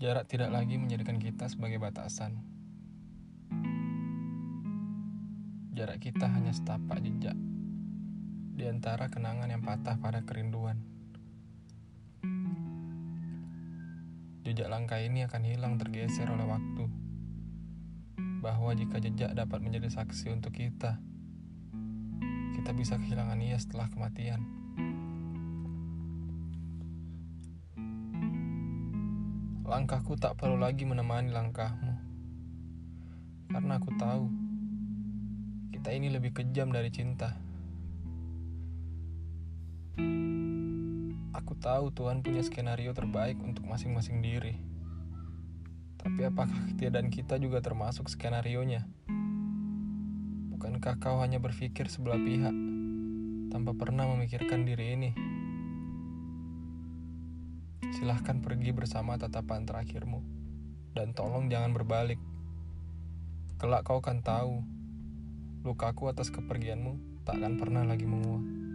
Jarak tidak lagi menjadikan kita sebagai batasan. Jarak kita hanya setapak jejak di antara kenangan yang patah pada kerinduan. Jejak langkah ini akan hilang tergeser oleh waktu. Bahwa jika jejak dapat menjadi saksi untuk kita bisa kehilangan ia setelah kematian. Langkahku tak perlu lagi menemani langkahmu, karena aku tahu kita ini lebih kejam dari cinta. Aku tahu Tuhan punya skenario terbaik untuk masing-masing diri. Tapi apakah ketiadaan kita juga termasuk skenarionya? Bukankah kau hanya berpikir sebelah pihak, tanpa pernah memikirkan diri ini? Silahkan pergi bersama tatapan terakhirmu, dan tolong jangan berbalik. Kelak kau akan tahu, lukaku atas kepergianmu tak akan pernah lagi menguap.